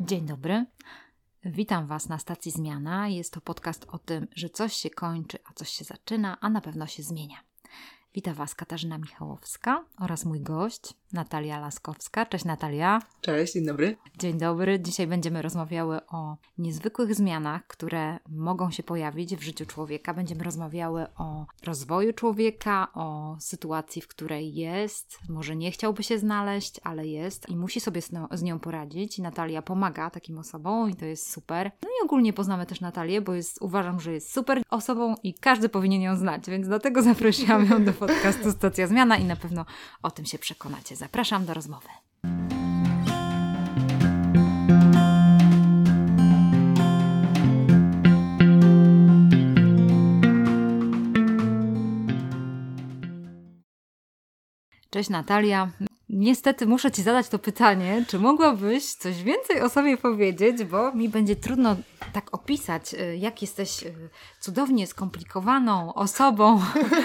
Dzień dobry. Witam Was na stacji Zmiana. Jest to podcast o tym, że coś się kończy, a coś się zaczyna, a na pewno się zmienia. Witam Was Katarzyna Michałowska oraz mój gość Natalia Laskowska. Cześć Natalia. Cześć, dzień dobry. Dzień dobry. Dzisiaj będziemy rozmawiały o niezwykłych zmianach, które mogą się pojawić w życiu człowieka. Będziemy rozmawiały o rozwoju człowieka, o sytuacji, w której jest, może nie chciałby się znaleźć, ale jest i musi sobie z nią poradzić. I Natalia pomaga takim osobom i to jest super. No i ogólnie poznamy też Natalię, bo uważam, że jest super osobą i każdy powinien ją znać, więc dlatego zaprosiłam ją do podcastu Stacja Zmiana i na pewno o tym się przekonacie. Zapraszam do rozmowy. Cześć Natalia. Niestety muszę Ci zadać to pytanie, czy mogłabyś coś więcej o sobie powiedzieć, bo mi będzie trudno tak opisać, jak jesteś cudownie skomplikowaną osobą,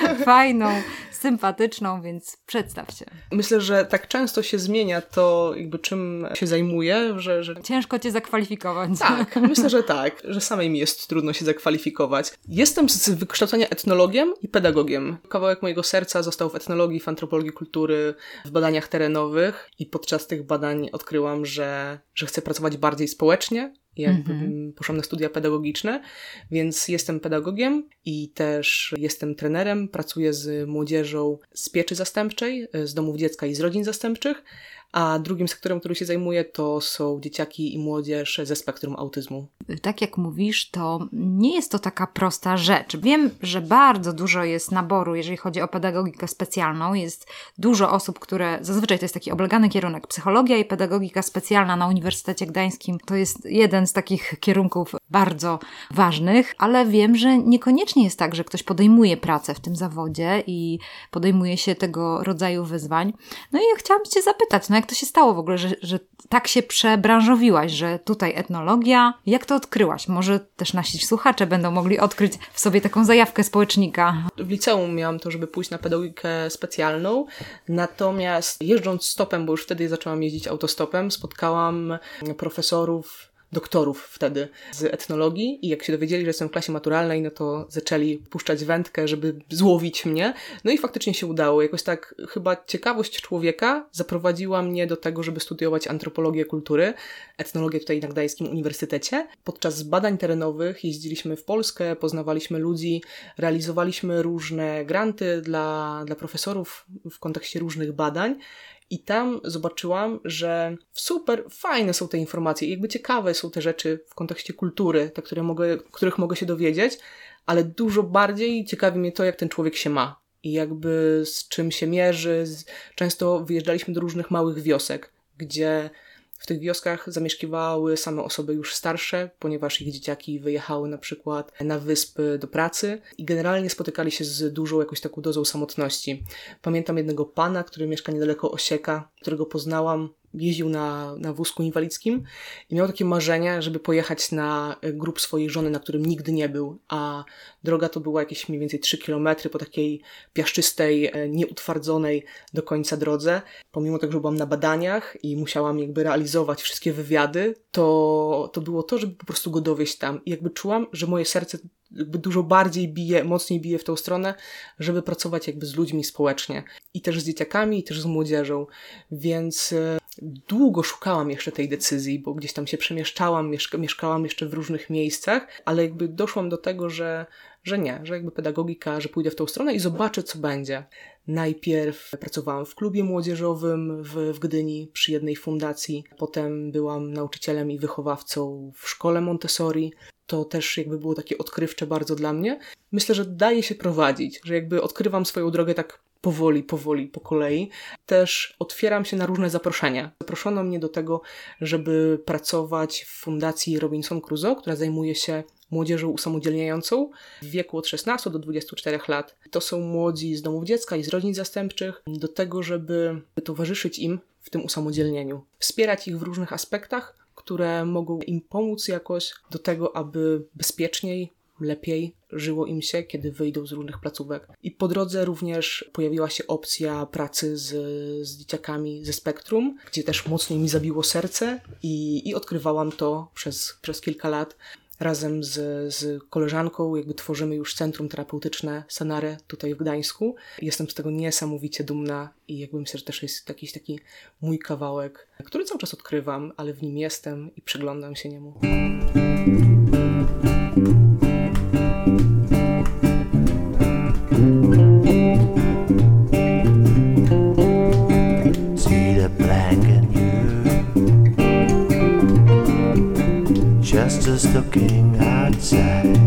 fajną, sympatyczną, więc przedstaw się. Myślę, że tak często się zmienia to, jakby czym się zajmuję, że... Ciężko Cię zakwalifikować. Tak, myślę, że tak, że samej mi jest trudno się zakwalifikować. Jestem z wykształcenia etnologiem i pedagogiem. Kawałek mojego serca został w etnologii, w antropologii kultury, w badaniach terenowych i podczas tych badań odkryłam, że chcę pracować bardziej społecznie. Poszłam na studia pedagogiczne, więc jestem pedagogiem i też jestem trenerem. Pracuję z młodzieżą z pieczy zastępczej, z domów dziecka i z rodzin zastępczych, a drugim sektorem, który się zajmuję, to są dzieciaki i młodzież ze spektrum autyzmu. Tak jak mówisz, to nie jest to taka prosta rzecz. Wiem, że bardzo dużo jest naboru, jeżeli chodzi o pedagogikę specjalną. Jest dużo osób, zazwyczaj to jest taki oblegany kierunek. Psychologia i pedagogika specjalna na Uniwersytecie Gdańskim to jest jeden z takich kierunków bardzo ważnych, ale wiem, że niekoniecznie jest tak, że ktoś podejmuje pracę w tym zawodzie i podejmuje się tego rodzaju wyzwań. No i ja chciałam Cię zapytać, jak to się stało w ogóle, że tak się przebranżowiłaś, że tutaj etnologia? Jak to odkryłaś? Może też nasi słuchacze będą mogli odkryć w sobie taką zajawkę społecznika. W liceum miałam to, żeby pójść na pedagogikę specjalną, natomiast jeżdżąc stopem, bo już wtedy zaczęłam jeździć autostopem, spotkałam profesorów, doktorów wtedy z etnologii i jak się dowiedzieli, że jestem w klasie maturalnej, no to zaczęli puszczać wędkę, żeby złowić mnie. No i faktycznie się udało. Jakoś tak chyba ciekawość człowieka zaprowadziła mnie do tego, żeby studiować antropologię kultury, etnologię tutaj na Gdańskim Uniwersytecie. Podczas badań terenowych jeździliśmy w Polskę, poznawaliśmy ludzi, realizowaliśmy różne granty dla profesorów w kontekście różnych badań. I tam zobaczyłam, że super fajne są te informacje i jakby ciekawe są te rzeczy w kontekście kultury, te, których mogę się dowiedzieć, ale dużo bardziej ciekawi mnie to, jak ten człowiek się ma i jakby z czym się mierzy. Często wyjeżdżaliśmy do różnych małych wiosek, gdzie w tych wioskach zamieszkiwały same osoby już starsze, ponieważ ich dzieciaki wyjechały na przykład na wyspy do pracy i generalnie spotykali się z dużą jakąś taką dozą samotności. Pamiętam jednego pana, który mieszka niedaleko Osieka, którego poznałam, jeździł na wózku inwalidzkim i miał takie marzenie, żeby pojechać na grób swojej żony, na którym nigdy nie był, a droga to była jakieś mniej więcej 3 kilometry po takiej piaszczystej, nieutwardzonej do końca drodze. Pomimo tego, że byłam na badaniach i musiałam jakby realizować wszystkie wywiady, to było to, żeby po prostu go dowieźć tam i jakby czułam, że moje serce jakby dużo bardziej mocniej bije w tą stronę, żeby pracować jakby z ludźmi społecznie. I też z dzieciakami, i też z młodzieżą. Więc długo szukałam jeszcze tej decyzji, bo gdzieś tam się przemieszczałam, mieszkałam jeszcze w różnych miejscach, ale jakby doszłam do tego, że nie, że jakby pedagogika, że pójdę w tą stronę i zobaczę, co będzie. Najpierw pracowałam w klubie młodzieżowym w Gdyni przy jednej fundacji, potem byłam nauczycielem i wychowawcą w szkole Montessori. To też jakby było takie odkrywcze bardzo dla mnie. Myślę, że daje się prowadzić, że jakby odkrywam swoją drogę tak powoli, po kolei. Też otwieram się na różne zaproszenia. Zaproszono mnie do tego, żeby pracować w fundacji Robinson Crusoe, która zajmuje się młodzieżą usamodzielniającą w wieku od 16 do 24 lat. To są młodzi z domów dziecka i z rodzin zastępczych do tego, żeby towarzyszyć im w tym usamodzielnieniu. Wspierać ich w różnych aspektach, które mogą im pomóc jakoś do tego, aby bezpieczniej lepiej żyło im się, kiedy wyjdą z różnych placówek. I po drodze również pojawiła się opcja pracy z dzieciakami ze spektrum, gdzie też mocniej mi zabiło serce i odkrywałam to przez kilka lat. Razem z koleżanką jakby tworzymy już centrum terapeutyczne Sanare tutaj w Gdańsku. Jestem z tego niesamowicie dumna i jakby myślę, że też jest jakiś taki mój kawałek, który cały czas odkrywam, ale w nim jestem i przyglądam się niemu. Just as looking outside,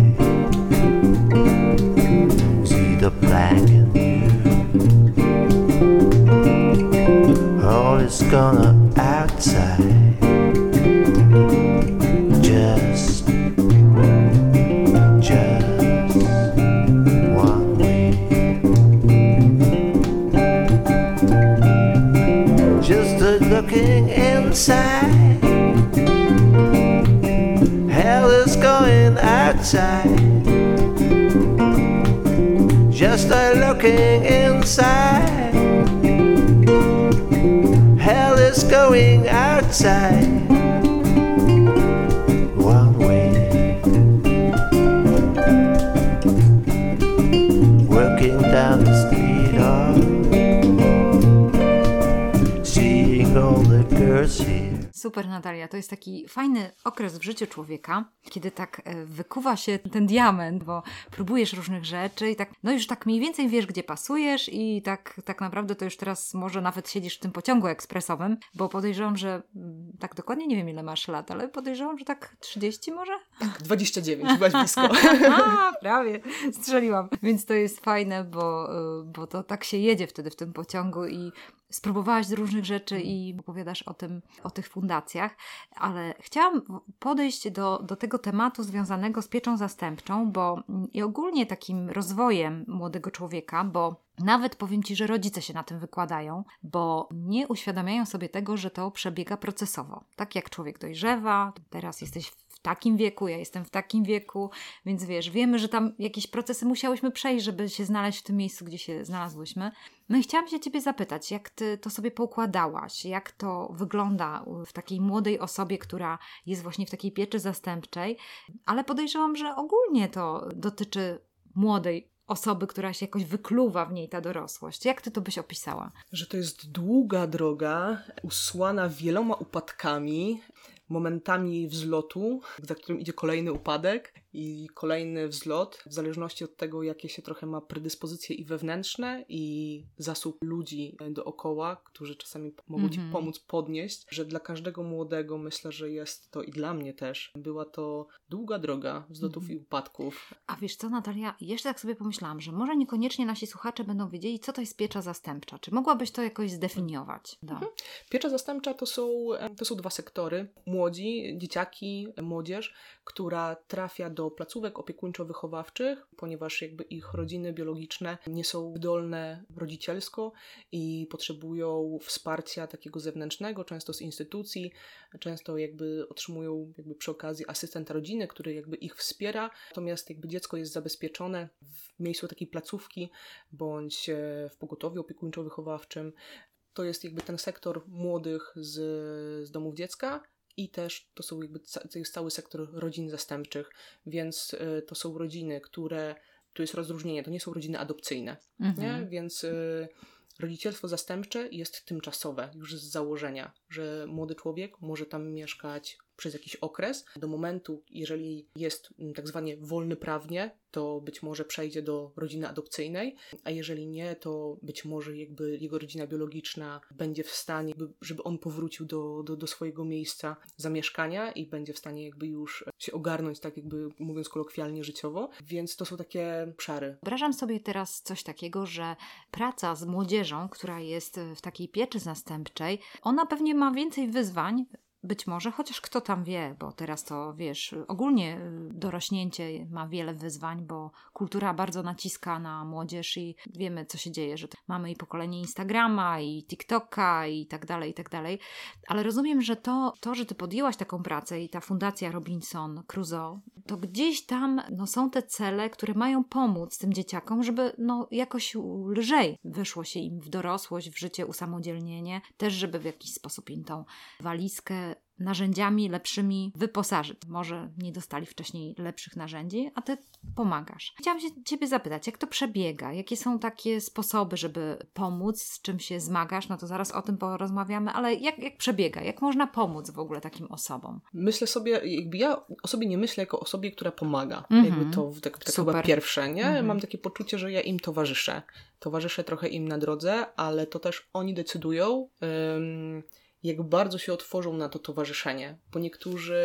see the blank in you. All is gonna outside, just one way. Just a looking inside. Hell is going outside. Just a looking inside. Hell is going outside. One way. Working down the street, seeing all the girls here. Super, Natalia, to jest taki fajny okres w życiu człowieka, kiedy tak wykuwa się ten diament, bo próbujesz różnych rzeczy i tak, no już tak mniej więcej wiesz, gdzie pasujesz i tak naprawdę to już teraz może nawet siedzisz w tym pociągu ekspresowym, bo podejrzewam, że tak dokładnie nie wiem, ile masz lat, ale podejrzewam, że tak 30 może? Tak, 29, byłaś blisko. Prawie, strzeliłam. Więc to jest fajne, bo to tak się jedzie wtedy w tym pociągu i spróbowałaś z różnych rzeczy i opowiadasz o tych fundacjach, ale chciałam podejść do tego tematu związanego z pieczą zastępczą, bo i ogólnie takim rozwojem młodego człowieka, bo nawet powiem Ci, że rodzice się na tym wykładają, bo nie uświadamiają sobie tego, że to przebiega procesowo. Tak jak człowiek dojrzewa, teraz jesteś w takim wieku, ja jestem w takim wieku, więc wiesz, wiemy, że tam jakieś procesy musiałyśmy przejść, żeby się znaleźć w tym miejscu, gdzie się znalazłyśmy. No i chciałam się Ciebie zapytać, jak Ty to sobie poukładałaś, jak to wygląda w takiej młodej osobie, która jest właśnie w takiej pieczy zastępczej, ale podejrzewam, że ogólnie to dotyczy młodej osoby, która się jakoś wykluwa w niej ta dorosłość. Jak Ty to byś opisała? Że to jest długa droga, usłana wieloma upadkami, momentami wzlotu, za którym idzie kolejny upadek i kolejny wzlot, w zależności od tego, jakie się trochę ma predyspozycje i wewnętrzne i zasób ludzi dookoła, którzy czasami mogą Ci pomóc podnieść, że dla każdego młodego myślę, że jest to i dla mnie też. Była to długa droga wzlotów i upadków. A wiesz co, Natalia, jeszcze tak sobie pomyślałam, że może niekoniecznie nasi słuchacze będą wiedzieli, co to jest piecza zastępcza. Czy mogłabyś to jakoś zdefiniować? No. Piecza zastępcza to są dwa sektory. Młodzi, dzieciaki, młodzież, która trafia do placówek opiekuńczo-wychowawczych, ponieważ jakby ich rodziny biologiczne nie są wydolne rodzicielsko i potrzebują wsparcia takiego zewnętrznego, często z instytucji, często jakby otrzymują jakby przy okazji asystenta rodziny, który jakby ich wspiera, natomiast jakby dziecko jest zabezpieczone w miejscu takiej placówki bądź w pogotowiu opiekuńczo-wychowawczym. To jest jakby ten sektor młodych z domów dziecka. I też to jest cały sektor rodzin zastępczych, więc to są rodziny, tu jest rozróżnienie, to nie są rodziny adopcyjne, nie? Więc rodzicielstwo zastępcze jest tymczasowe już z założenia, że młody człowiek może tam mieszkać przez jakiś okres, do momentu, jeżeli jest tak zwanie wolny prawnie, to być może przejdzie do rodziny adopcyjnej, a jeżeli nie, to być może jakby jego rodzina biologiczna będzie w stanie, żeby on powrócił do swojego miejsca zamieszkania i będzie w stanie jakby już się ogarnąć, tak jakby mówiąc kolokwialnie, życiowo, więc to są takie obszary. Wyobrażam sobie teraz coś takiego, że praca z młodzieżą, która jest w takiej pieczy zastępczej, ona pewnie ma więcej wyzwań być może, chociaż kto tam wie, bo teraz to, wiesz, ogólnie dorośnięcie ma wiele wyzwań, bo kultura bardzo naciska na młodzież i wiemy, co się dzieje, że mamy i pokolenie Instagrama, i TikToka, i tak dalej, ale rozumiem, że to, że ty podjęłaś taką pracę i ta fundacja Robinson Crusoe, to gdzieś tam są te cele, które mają pomóc tym dzieciakom, żeby jakoś lżej wyszło się im w dorosłość, w życie, usamodzielnienie, też żeby w jakiś sposób im tą walizkę narzędziami lepszymi wyposażyć. Może nie dostali wcześniej lepszych narzędzi, a ty pomagasz. Chciałam się ciebie zapytać, jak to przebiega? Jakie są takie sposoby, żeby pomóc, z czym się zmagasz? To zaraz o tym porozmawiamy, ale jak przebiega? Jak można pomóc w ogóle takim osobom? Myślę sobie, jakby ja o sobie nie myślę jako osobie, która pomaga. Jakby to tak chyba pierwsze, nie? Mam takie poczucie, że ja im towarzyszę. Towarzyszę trochę im na drodze, ale to też oni decydują, jak bardzo się otworzą na to towarzyszenie, bo niektórzy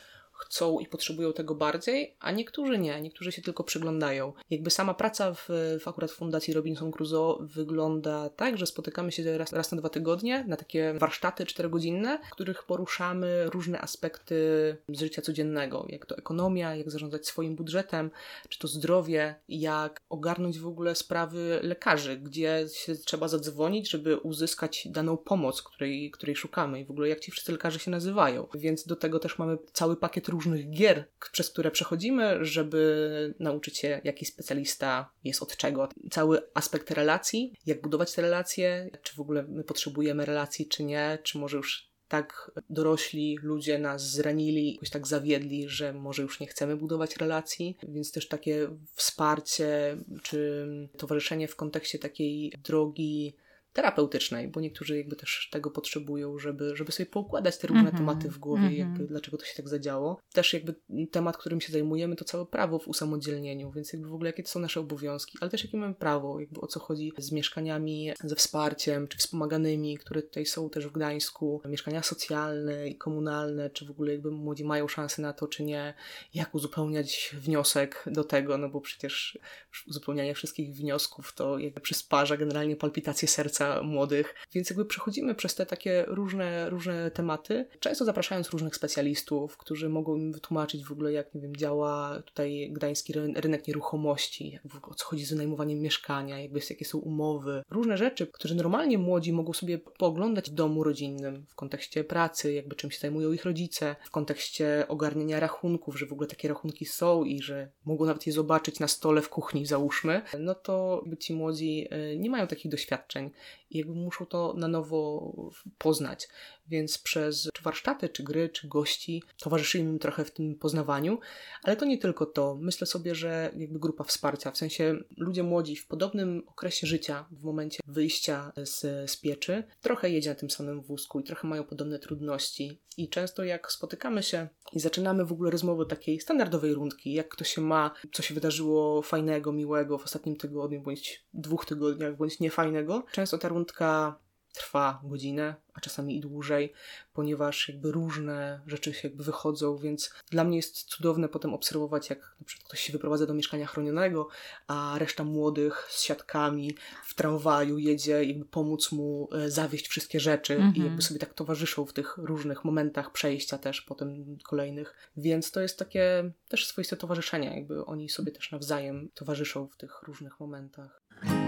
chcą i potrzebują tego bardziej, a niektórzy nie, niektórzy się tylko przyglądają. Jakby sama praca w akurat Fundacji Robinson Crusoe wygląda tak, że spotykamy się raz na 2 tygodnie na takie warsztaty 4-godzinne, w których poruszamy różne aspekty z życia codziennego, jak to ekonomia, jak zarządzać swoim budżetem, czy to zdrowie, jak ogarnąć w ogóle sprawy lekarzy, gdzie się trzeba zadzwonić, żeby uzyskać daną pomoc, której szukamy i w ogóle jak ci wszyscy lekarze się nazywają. Więc do tego też mamy cały pakiet różnych gier, przez które przechodzimy, żeby nauczyć się, jaki specjalista jest od czego. Cały aspekt relacji, jak budować te relacje, czy w ogóle my potrzebujemy relacji, czy nie, czy może już tak dorośli ludzie nas zranili, jakoś tak zawiedli, że może już nie chcemy budować relacji, więc też takie wsparcie, czy towarzyszenie w kontekście takiej drogi terapeutycznej, bo niektórzy jakby też tego potrzebują, żeby sobie poukładać te różne tematy w głowie, jakby dlaczego to się tak zadziało. Też jakby temat, którym się zajmujemy, to całe prawo w usamodzielnieniu, więc jakby w ogóle jakie to są nasze obowiązki, ale też jakie mamy prawo, jakby o co chodzi z mieszkaniami, ze wsparciem, czy wspomaganymi, które tutaj są też w Gdańsku, mieszkania socjalne i komunalne, czy w ogóle jakby młodzi mają szansę na to, czy nie, jak uzupełniać wniosek do tego, bo przecież uzupełnianie wszystkich wniosków to jakby przysparza generalnie palpitacje serca młodych, więc jakby przechodzimy przez te takie różne tematy, często zapraszając różnych specjalistów, którzy mogą im wytłumaczyć w ogóle, jak działa tutaj gdański rynek nieruchomości, o co chodzi z wynajmowaniem mieszkania, jakie są umowy, różne rzeczy, które normalnie młodzi mogą sobie pooglądać w domu rodzinnym, w kontekście pracy, czym się zajmują ich rodzice, w kontekście ogarniania rachunków, że w ogóle takie rachunki są i że mogą nawet je zobaczyć na stole w kuchni, załóżmy, to ci młodzi nie mają takich doświadczeń i muszą to na nowo poznać. Więc przez czy warsztaty, czy gry, czy gości towarzyszymy im trochę w tym poznawaniu, ale to nie tylko to. Myślę sobie, że grupa wsparcia, w sensie ludzie młodzi w podobnym okresie życia, w momencie wyjścia z pieczy, trochę jedzie na tym samym wózku i trochę mają podobne trudności. I często jak spotykamy się i zaczynamy w ogóle rozmowę takiej standardowej rundki, jak ktoś się ma, co się wydarzyło fajnego, miłego w ostatnim tygodniu, bądź 2 tygodniach, bądź niefajnego, często ta rundka trwa godzinę, a czasami i dłużej, ponieważ różne rzeczy się wychodzą, więc dla mnie jest cudowne potem obserwować, jak na przykład ktoś się wyprowadza do mieszkania chronionego, a reszta młodych z siatkami w tramwaju jedzie, pomóc mu zawieźć wszystkie rzeczy i sobie tak towarzyszą w tych różnych momentach przejścia też potem kolejnych, więc to jest takie też swoiste towarzyszenie, oni sobie też nawzajem towarzyszą w tych różnych momentach.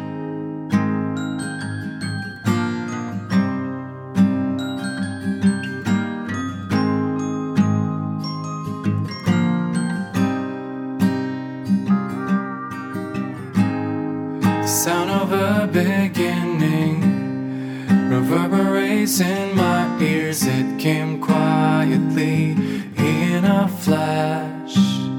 Sound of a beginning reverberates in my ears. It came quietly in a flash.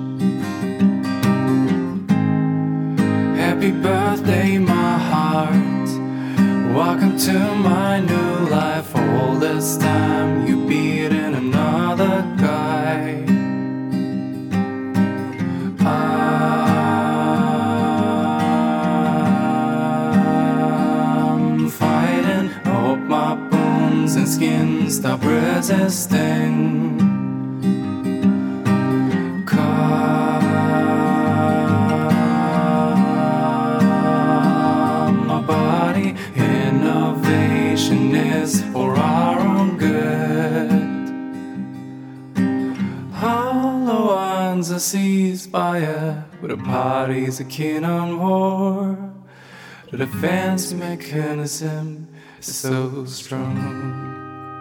Happy birthday, my heart. Welcome to my new life. All this time you beating another guy. And skin stop resisting. Calm my body. Innovation is for our own good. minds are seized by it, where the parties are keen on war. The defense mechanism is so strong.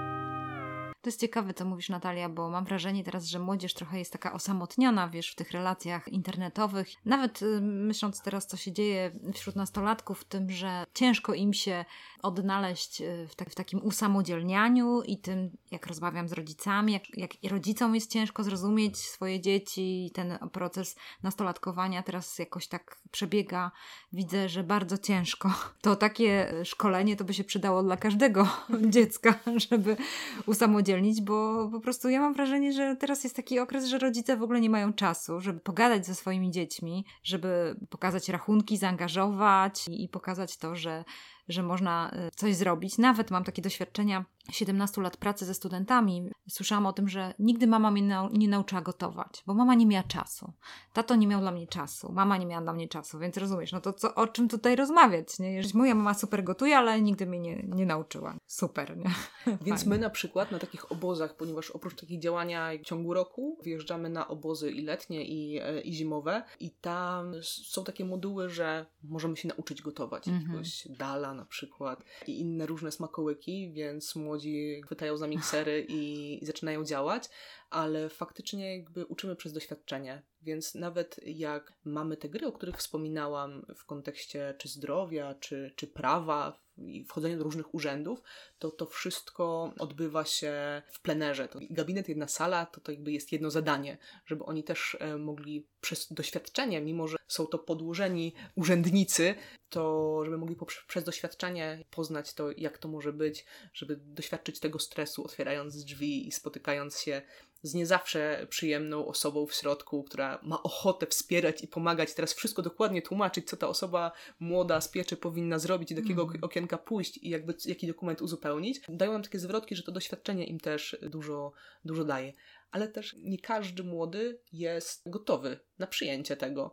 To jest ciekawe, co mówisz, Natalia, bo mam wrażenie teraz, że młodzież trochę jest taka osamotniona, wiesz, w tych relacjach internetowych. Nawet myśląc teraz, co się dzieje wśród nastolatków, w tym, że ciężko im się odnaleźć w takim usamodzielnianiu i tym, jak rozmawiam z rodzicami, jak i rodzicom jest ciężko zrozumieć swoje dzieci i ten proces nastolatkowania teraz jakoś tak przebiega. Widzę, że bardzo ciężko. To takie szkolenie to by się przydało dla każdego dziecka, żeby usamodzielnić, bo po prostu ja mam wrażenie, że teraz jest taki okres, że rodzice w ogóle nie mają czasu, żeby pogadać ze swoimi dziećmi, żeby pokazać rachunki, zaangażować i pokazać to, że można coś zrobić. Nawet mam takie doświadczenia 17 lat pracy ze studentami. Słyszałam o tym, że nigdy mama mnie nie nauczyła gotować, bo mama nie miała czasu. Tato nie miał dla mnie czasu, mama nie miała dla mnie czasu, więc rozumiesz, no to o czym tutaj rozmawiać, nie? Moja mama super gotuje, ale nigdy mnie nie nauczyła. Super, nie? Więc my na przykład na takich obozach, ponieważ oprócz takich działania w ciągu roku wyjeżdżamy na obozy i letnie i zimowe i tam są takie moduły, że możemy się nauczyć gotować. Jakiegoś dala na przykład i inne różne smakołyki, więc młodzi chwytają za miksery i zaczynają działać, ale faktycznie jakby uczymy przez doświadczenie, więc nawet jak mamy te gry, o których wspominałam w kontekście czy zdrowia, czy prawa i wchodzenia do różnych urzędów, to wszystko odbywa się w plenerze. To gabinet, jedna sala, to jakby jest jedno zadanie, żeby oni też mogli przez doświadczenie, mimo że są to podłożeni urzędnicy, to żeby mogli przez doświadczenie poznać to, jak to może być, żeby doświadczyć tego stresu, otwierając drzwi i spotykając się z nie zawsze przyjemną osobą w środku, która ma ochotę wspierać i pomagać, teraz wszystko dokładnie tłumaczyć, co ta osoba młoda z pieczy powinna zrobić i do jakiego okienka pójść i jakby jaki dokument uzupełnić. Dają nam takie zwrotki, że to doświadczenie im też dużo daje. Ale też nie każdy młody jest gotowy na przyjęcie tego.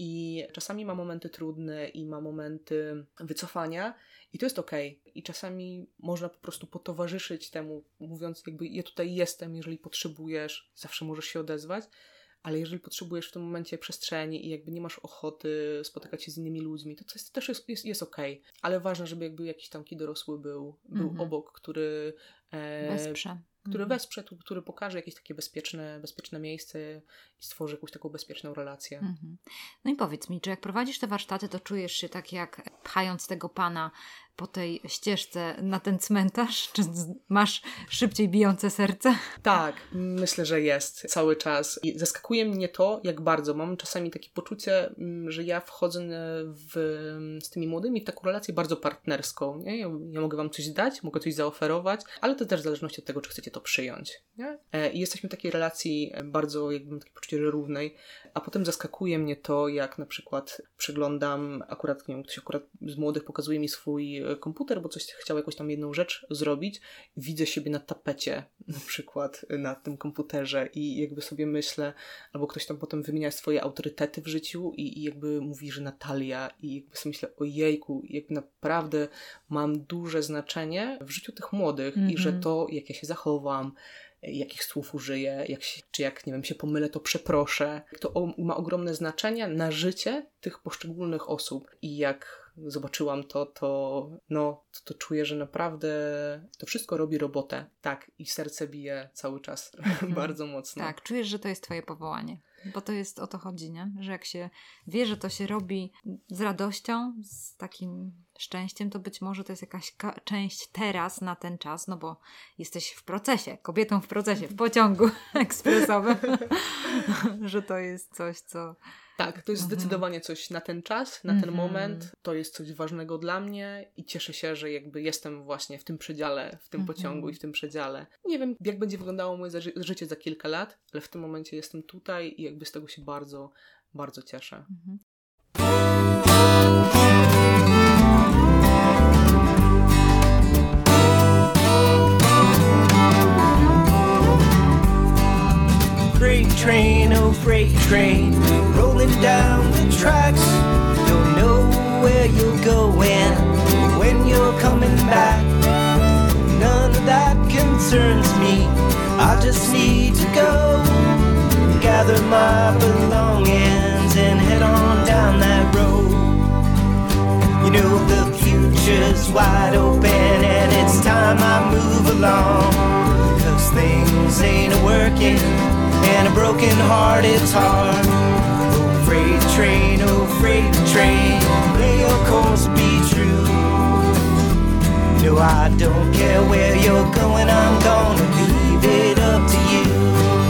I czasami ma momenty trudne i ma momenty wycofania i to jest okej. I czasami można po prostu potowarzyszyć temu, mówiąc jakby ja tutaj jestem, jeżeli potrzebujesz, zawsze możesz się odezwać, ale jeżeli potrzebujesz w tym momencie przestrzeni i jakby nie masz ochoty spotykać się z innymi ludźmi, to też jest okej. Ale ważne, żeby jakby jakiś tamki dorosły był obok, który wesprze. Który pokaże jakieś takie bezpieczne miejsce i stworzy jakąś taką bezpieczną relację. No i powiedz mi, czy jak prowadzisz te warsztaty, to czujesz się tak jak pchając tego pana po tej ścieżce na ten cmentarz? Czy masz szybciej bijące serce? Tak, myślę, że jest cały czas. I zaskakuje mnie to, jak bardzo. Mam czasami takie poczucie, że ja wchodzę z tymi młodymi w taką relację bardzo partnerską. Nie? Ja mogę wam coś dać, mogę coś zaoferować, ale to też w zależności od tego, czy chcecie to przyjąć. Nie? I jesteśmy w takiej relacji bardzo, jakbym takie poczucie, że równej. A potem zaskakuje mnie to, jak na przykład przeglądam akurat, nie wiem, ktoś akurat z młodych pokazuje mi swój komputer, bo coś chciał jakąś tam jedną rzecz zrobić. Widzę siebie na tapecie na przykład na tym komputerze i jakby sobie myślę, albo ktoś tam potem wymienia swoje autorytety w życiu i jakby mówi, że Natalia i jakby sobie myślę, ojejku, jak naprawdę mam duże znaczenie w życiu tych młodych i że to, jak ja się zachowam, jakich słów użyję, czy jak, nie wiem, się pomylę, to przeproszę. To ma ogromne znaczenie na życie tych poszczególnych osób. I jak zobaczyłam to czuję, że naprawdę to wszystko robi robotę. Tak, i serce bije cały czas bardzo mocno. Tak, czujesz, że to jest twoje powołanie. Bo to jest, o to chodzi, nie? Że jak się wie, że to się robi z radością, z takim szczęściem, to być może to jest jakaś część teraz na ten czas, no bo jesteś w procesie, kobietą w procesie, w pociągu ekspresowym, że to jest coś, co... Tak, to jest zdecydowanie coś na ten czas, na ten moment. To jest coś ważnego dla mnie i cieszę się, że jakby jestem właśnie w tym przedziale, w tym pociągu i w tym przedziale. Nie wiem, jak będzie wyglądało moje życie za kilka lat, ale w tym momencie jestem tutaj i jakby z tego się bardzo, bardzo cieszę. Freight train, oh freight train, rolling down the tracks. Don't know where you're going, when you're coming back. None of that concerns me. I just need to go, gather my future's wide open and it's time I move along. 'Cause things ain't working and a broken heart is hard. Oh freight train, may your course be true. No, I don't care where you're going, I'm gonna leave it up to you.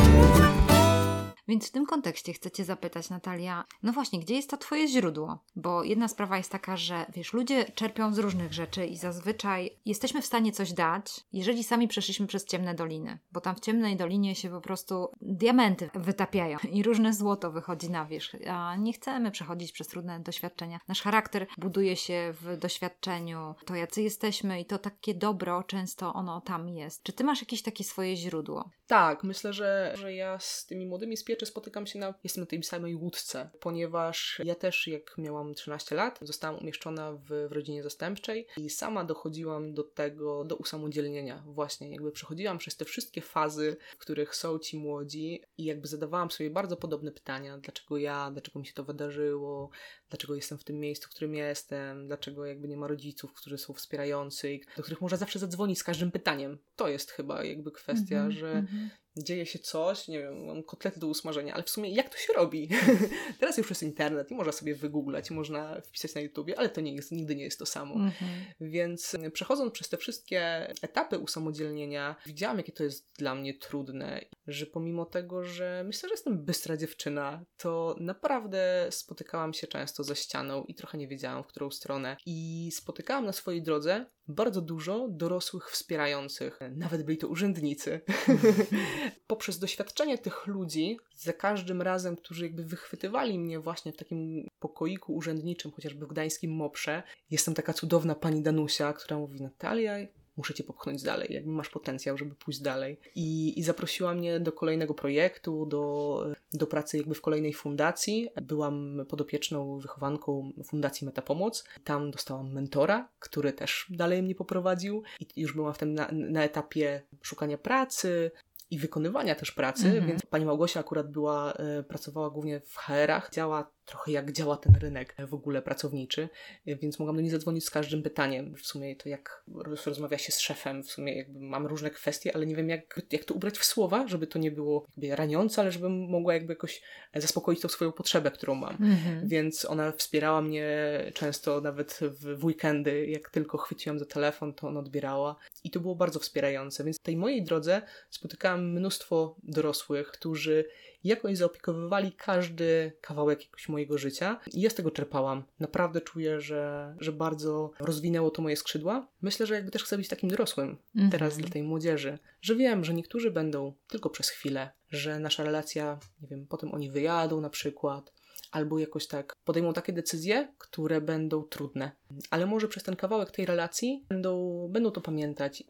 Więc w tym kontekście chcę Cię zapytać, Natalia, no właśnie, gdzie jest to Twoje źródło? Bo jedna sprawa jest taka, że wiesz, ludzie czerpią z różnych rzeczy i zazwyczaj jesteśmy w stanie coś dać, jeżeli sami przeszliśmy przez ciemne doliny, bo tam w ciemnej dolinie się po prostu diamenty wytapiają i różne złoto wychodzi na wierzch, a nie chcemy przechodzić przez trudne doświadczenia. Nasz charakter buduje się w doświadczeniu, to jacy jesteśmy i to takie dobro, często ono tam jest. Czy Ty masz jakieś takie swoje źródło? Tak, myślę, że ja z tymi młodymi z pieczy spotykam się jestem na tej samej łódce, ponieważ ja też, jak miałam 13 lat, zostałam umieszczona w rodzinie zastępczej i sama dochodziłam do tego, do usamodzielnienia właśnie, jakby przechodziłam przez te wszystkie fazy, w których są ci młodzi i jakby zadawałam sobie bardzo podobne pytania, dlaczego mi się to wydarzyło, dlaczego jestem w tym miejscu, w którym jestem, dlaczego jakby nie ma rodziców, którzy są wspierający i do których można zawsze zadzwonić z każdym pytaniem. To jest chyba jakby kwestia, że dzieje się coś, nie wiem, mam kotlety do usmażenia, ale w sumie jak to się robi? Teraz już jest internet i można sobie wygooglać, można wpisać na YouTubie, ale to nigdy nie jest to samo. Więc przechodząc przez te wszystkie etapy usamodzielnienia, widziałam, jakie to jest dla mnie trudne, że pomimo tego, że myślę, że jestem bystra dziewczyna, to naprawdę spotykałam się często ze ścianą i trochę nie wiedziałam, w którą stronę. I spotykałam na swojej drodze bardzo dużo dorosłych wspierających, nawet byli to urzędnicy. Poprzez doświadczenie tych ludzi, za każdym razem, którzy jakby wychwytywali mnie właśnie w takim pokoiku urzędniczym, chociażby w gdańskim MOPRze, jest tam taka cudowna pani Danusia, która mówi: Natalia, muszę cię popchnąć dalej, jakby masz potencjał, żeby pójść dalej. I zaprosiła mnie do kolejnego projektu, do pracy jakby w kolejnej fundacji. Byłam podopieczną wychowanką Fundacji Metapomoc. Tam dostałam mentora, który też dalej mnie poprowadził i już byłam w tym na etapie szukania pracy i wykonywania też pracy, więc pani Małgosia akurat pracowała głównie w HR-ach, działa trochę jak działa ten rynek w ogóle pracowniczy, więc mogłam do niej zadzwonić z każdym pytaniem. W sumie to jak rozmawia się z szefem, w sumie jakby mam różne kwestie, ale nie wiem jak to ubrać w słowa, żeby to nie było jakby raniące, ale żebym mogła jakby jakoś zaspokoić tą swoją potrzebę, którą mam. Więc ona wspierała mnie często nawet w weekendy, jak tylko chwyciłam za telefon, to ona odbierała i to było bardzo wspierające, więc w tej mojej drodze spotykałam mnóstwo dorosłych, którzy jakoś zaopiekowywali każdy kawałek jakoś mojego życia i ja z tego czerpałam. Naprawdę czuję, że bardzo rozwinęło to moje skrzydła. Myślę, że jakby też chcę być takim dorosłym teraz dla tej młodzieży, że wiem, że niektórzy będą tylko przez chwilę, że nasza relacja, nie wiem, potem oni wyjadą na przykład, albo jakoś tak podejmą takie decyzje, które będą trudne. Ale może przez ten kawałek tej relacji będą to pamiętać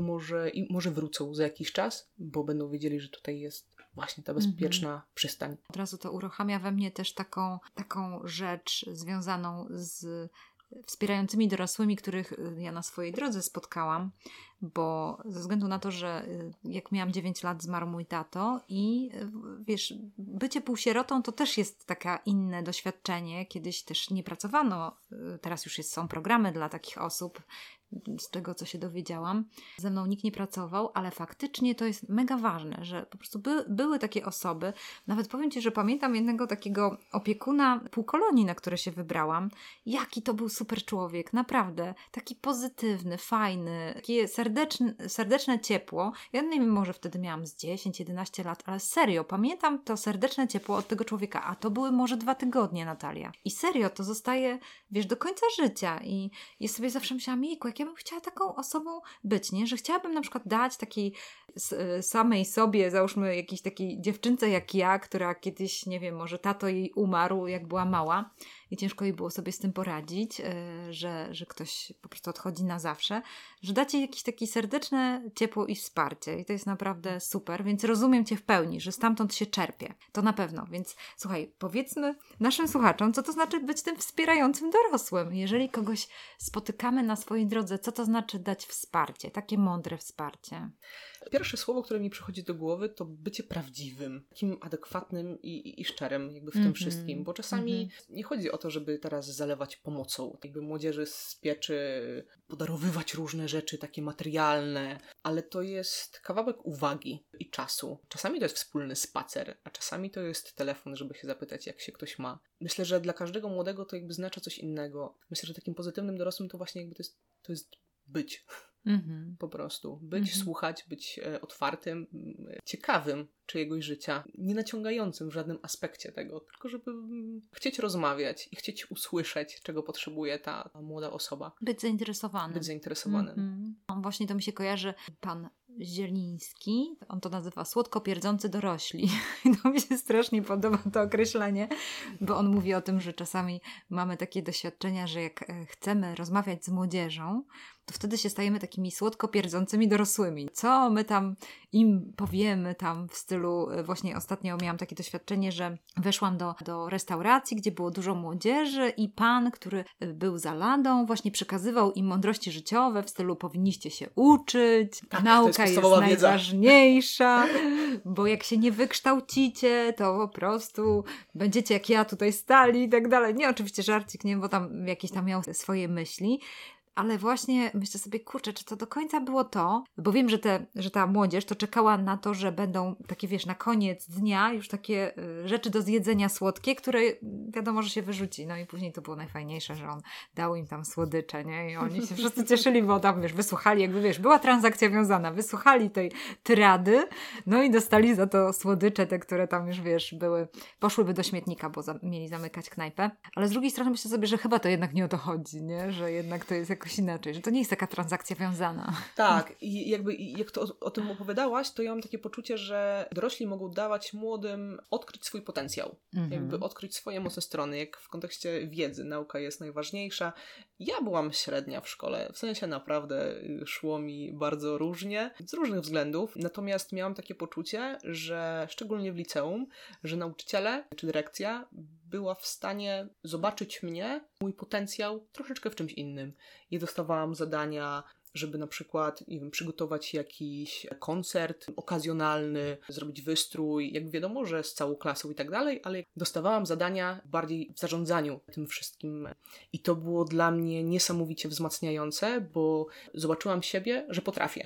i może wrócą za jakiś czas, bo będą wiedzieli, że tutaj jest właśnie ta bezpieczna przystań. Od razu to uruchamia we mnie też taką rzecz związaną z wspierającymi dorosłymi, których ja na swojej drodze spotkałam, bo ze względu na to, że jak miałam 9 lat zmarł mój tato i wiesz, bycie półsierotą to też jest takie inne doświadczenie. Kiedyś też nie pracowano, teraz już są programy dla takich osób, z tego co się dowiedziałam. Ze mną nikt nie pracował, ale faktycznie to jest mega ważne, że po prostu były takie osoby. Nawet powiem Ci, że pamiętam jednego takiego opiekuna półkolonii, na które się wybrałam. Jaki to był super człowiek, naprawdę. Taki pozytywny, fajny, takie serdeczne ciepło. Ja nie wiem, może wtedy miałam z 10-11 lat, ale serio, pamiętam to serdeczne ciepło od tego człowieka, a to były może 2 tygodnie, Natalia. I serio, to zostaje, wiesz, do końca życia. I ja sobie zawsze myślałam, jejku, jak ja bym chciała taką osobą być, nie? Że chciałabym na przykład dać takiej samej sobie, załóżmy jakiejś takiej dziewczynce jak ja, która kiedyś, nie wiem, może tato jej umarł, jak była mała i ciężko jej było sobie z tym poradzić, że ktoś po prostu odchodzi na zawsze, że dać jej jakieś takie serdeczne ciepło i wsparcie i to jest naprawdę super, więc rozumiem Cię w pełni, że stamtąd się czerpie. To na pewno, więc słuchaj, powiedzmy naszym słuchaczom, co to znaczy być tym wspierającym dorosłym. Jeżeli kogoś spotykamy na swojej drodze, co to znaczy dać wsparcie, takie mądre wsparcie? Pierwsze słowo, które mi przychodzi do głowy, to bycie prawdziwym, takim adekwatnym i szczerym jakby w tym wszystkim, bo czasami nie chodzi o to, żeby teraz zalewać pomocą, jakby młodzieży z pieczy podarowywać różne rzeczy takie materialne, ale to jest kawałek uwagi i czasu. Czasami to jest wspólny spacer, a czasami to jest telefon, żeby się zapytać, jak się ktoś ma. Myślę, że dla każdego młodego to jakby znaczy coś innego. Myślę, że takim pozytywnym dorosłym to właśnie jakby to jest być. Po prostu. Być, słuchać, być otwartym, ciekawym czyjegoś życia, nie naciągającym w żadnym aspekcie tego, tylko żeby chcieć rozmawiać i chcieć usłyszeć, czego potrzebuje ta młoda osoba. Być zainteresowanym. Być zainteresowanym. Właśnie to mi się kojarzy pan Zieliński, on to nazywa słodko pierdzący dorośli. I to mi się strasznie podoba to określenie, bo on mówi o tym, że czasami mamy takie doświadczenia, że jak chcemy rozmawiać z młodzieżą, to wtedy się stajemy takimi słodko pierdzącymi dorosłymi. Co my tam im powiemy tam w stylu, właśnie ostatnio miałam takie doświadczenie, że weszłam do restauracji, gdzie było dużo młodzieży i pan, który był za ladą, właśnie przekazywał im mądrości życiowe w stylu powinniście się uczyć, nauka jest najważniejsza, bo jak się nie wykształcicie, to po prostu będziecie jak ja tutaj stali i tak dalej. Nie, oczywiście żarcik, nie, bo tam jakieś tam miał swoje myśli. Ale właśnie myślę sobie, kurczę, czy to do końca było to? Bo wiem, że ta młodzież to czekała na to, że będą takie, wiesz, na koniec dnia już takie rzeczy do zjedzenia słodkie, które wiadomo, że się wyrzuci. No i później to było najfajniejsze, że on dał im tam słodycze, nie? I oni się wszyscy cieszyli, bo tam, wiesz, wysłuchali, jakby, wiesz, była transakcja wiązana, wysłuchali tej tyrady, no i dostali za to słodycze, te, które tam już, wiesz, poszłyby do śmietnika, bo mieli zamykać knajpę. Ale z drugiej strony myślę sobie, że chyba to jednak nie o to chodzi, nie? Że jednak to jest jakoś inaczej, że to nie jest taka transakcja wiązana. Tak, i jakby jak to o tym opowiadałaś, to ja mam takie poczucie, że dorośli mogą dawać młodym odkryć swój potencjał, jakby odkryć swoje mocne strony, jak w kontekście wiedzy, nauka jest najważniejsza. Ja byłam średnia w szkole, w sensie naprawdę szło mi bardzo różnie, z różnych względów, natomiast miałam takie poczucie, że szczególnie w liceum, że nauczyciele czy dyrekcja była w stanie zobaczyć mnie, mój potencjał troszeczkę w czymś innym. I dostawałam zadania, żeby na przykład, nie wiem, przygotować jakiś koncert okazjonalny, zrobić wystrój, jak wiadomo, że z całą klasą i tak dalej, ale dostawałam zadania bardziej w zarządzaniu tym wszystkim. I to było dla mnie niesamowicie wzmacniające, bo zobaczyłam siebie, że potrafię.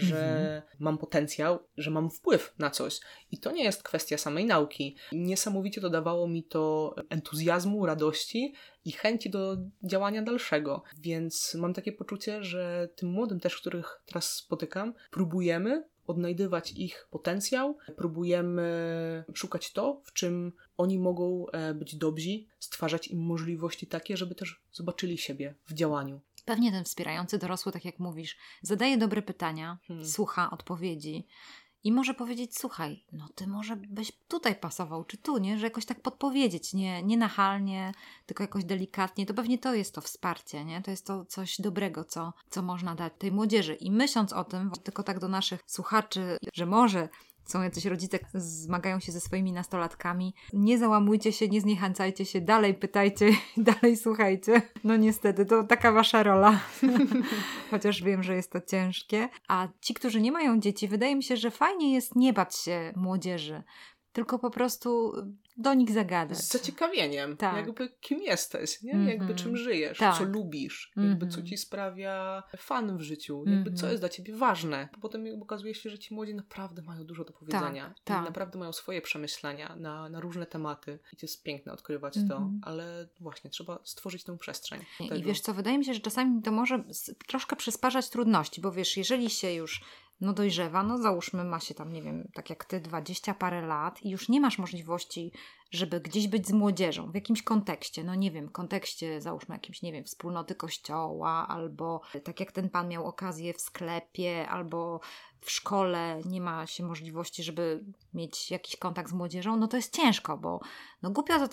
Że mam potencjał, że mam wpływ na coś. I to nie jest kwestia samej nauki. Niesamowicie dodawało mi to entuzjazmu, radości i chęci do działania dalszego. Więc mam takie poczucie, że tym młodym też, których teraz spotykam, próbujemy odnajdywać ich potencjał, próbujemy szukać to, w czym oni mogą być dobrzy, stwarzać im możliwości takie, żeby też zobaczyli siebie w działaniu. Pewnie ten wspierający dorosły, tak jak mówisz, zadaje dobre pytania, słucha odpowiedzi i może powiedzieć, słuchaj, no ty może byś tutaj pasował, czy tu, nie? Że jakoś tak podpowiedzieć, nie nachalnie, tylko jakoś delikatnie. To pewnie to jest to wsparcie, nie? To jest to coś dobrego, co można dać tej młodzieży. I myśląc o tym, tylko tak do naszych słuchaczy, że może są jacyś rodzice, zmagają się ze swoimi nastolatkami. Nie załamujcie się, nie zniechęcajcie się, dalej pytajcie, dalej słuchajcie. No niestety, to taka wasza rola. Chociaż wiem, że jest to ciężkie. A ci, którzy nie mają dzieci, wydaje mi się, że fajnie jest nie bać się młodzieży, tylko po prostu do nich zagadać. Z zaciekawieniem. Tak. Jakby kim jesteś, nie? Jakby czym żyjesz, tak. Co lubisz, jakby co ci sprawia fan w życiu, jakby co jest dla ciebie ważne. Potem jakby okazuje się, że ci młodzi naprawdę mają dużo do powiedzenia. Tak. I naprawdę mają swoje przemyślenia na różne tematy. I to jest piękne odkrywać to, ale właśnie trzeba stworzyć tę przestrzeń. I wiesz co, wydaje mi się, że czasami to może troszkę przysparzać trudności, bo wiesz, jeżeli się już dojrzewa, załóżmy ma się tam, nie wiem, tak jak ty, 20 parę lat i już nie masz możliwości, żeby gdzieś być z młodzieżą w jakimś kontekście, nie wiem, kontekście załóżmy jakimś, nie wiem, wspólnoty kościoła albo tak jak ten pan miał okazję w sklepie albo w szkole nie ma się możliwości, żeby mieć jakiś kontakt z młodzieżą, to jest ciężko, bo głupio to tak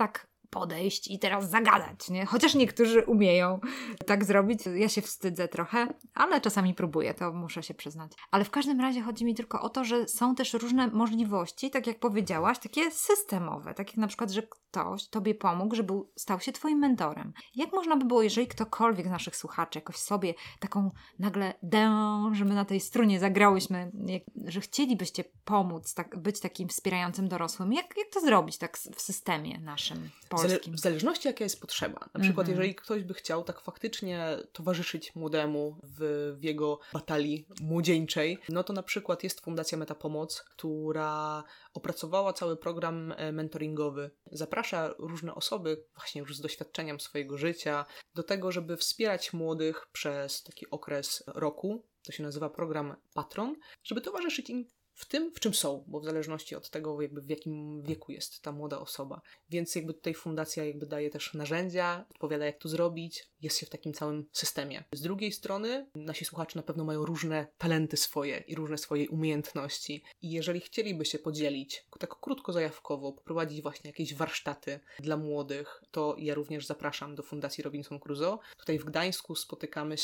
podejść i teraz zagadać, nie? Chociaż niektórzy umieją tak zrobić. Ja się wstydzę trochę, ale czasami próbuję, to muszę się przyznać. Ale w każdym razie chodzi mi tylko o to, że są też różne możliwości, tak jak powiedziałaś, takie systemowe. Tak jak na przykład, że ktoś tobie pomógł, żeby stał się twoim mentorem. Jak można by było, jeżeli ktokolwiek z naszych słuchaczy jakoś sobie taką nagle że my na tej strunie zagrałyśmy, że chcielibyście pomóc, być takim wspierającym dorosłym. Jak to zrobić tak w systemie naszym polskim? W zależności jaka jest potrzeba. Na przykład jeżeli ktoś by chciał tak faktycznie towarzyszyć młodemu w jego batalii młodzieńczej, no to na przykład jest Fundacja Metapomoc, która opracowała cały program mentoringowy. Zaprasza różne osoby właśnie już z doświadczeniem swojego życia do tego, żeby wspierać młodych przez taki okres roku. To się nazywa program Patron, żeby towarzyszyć im w tym, w czym są, bo w zależności od tego, jakby w jakim wieku jest ta młoda osoba. Więc jakby tutaj fundacja jakby daje też narzędzia, odpowiada jak to zrobić, jest się w takim całym systemie. Z drugiej strony nasi słuchacze na pewno mają różne talenty swoje i różne swoje umiejętności i jeżeli chcieliby się podzielić, tak krótko zajawkowo, poprowadzić właśnie jakieś warsztaty dla młodych, to ja również zapraszam do Fundacji Robinson Crusoe. Tutaj w Gdańsku spotykamy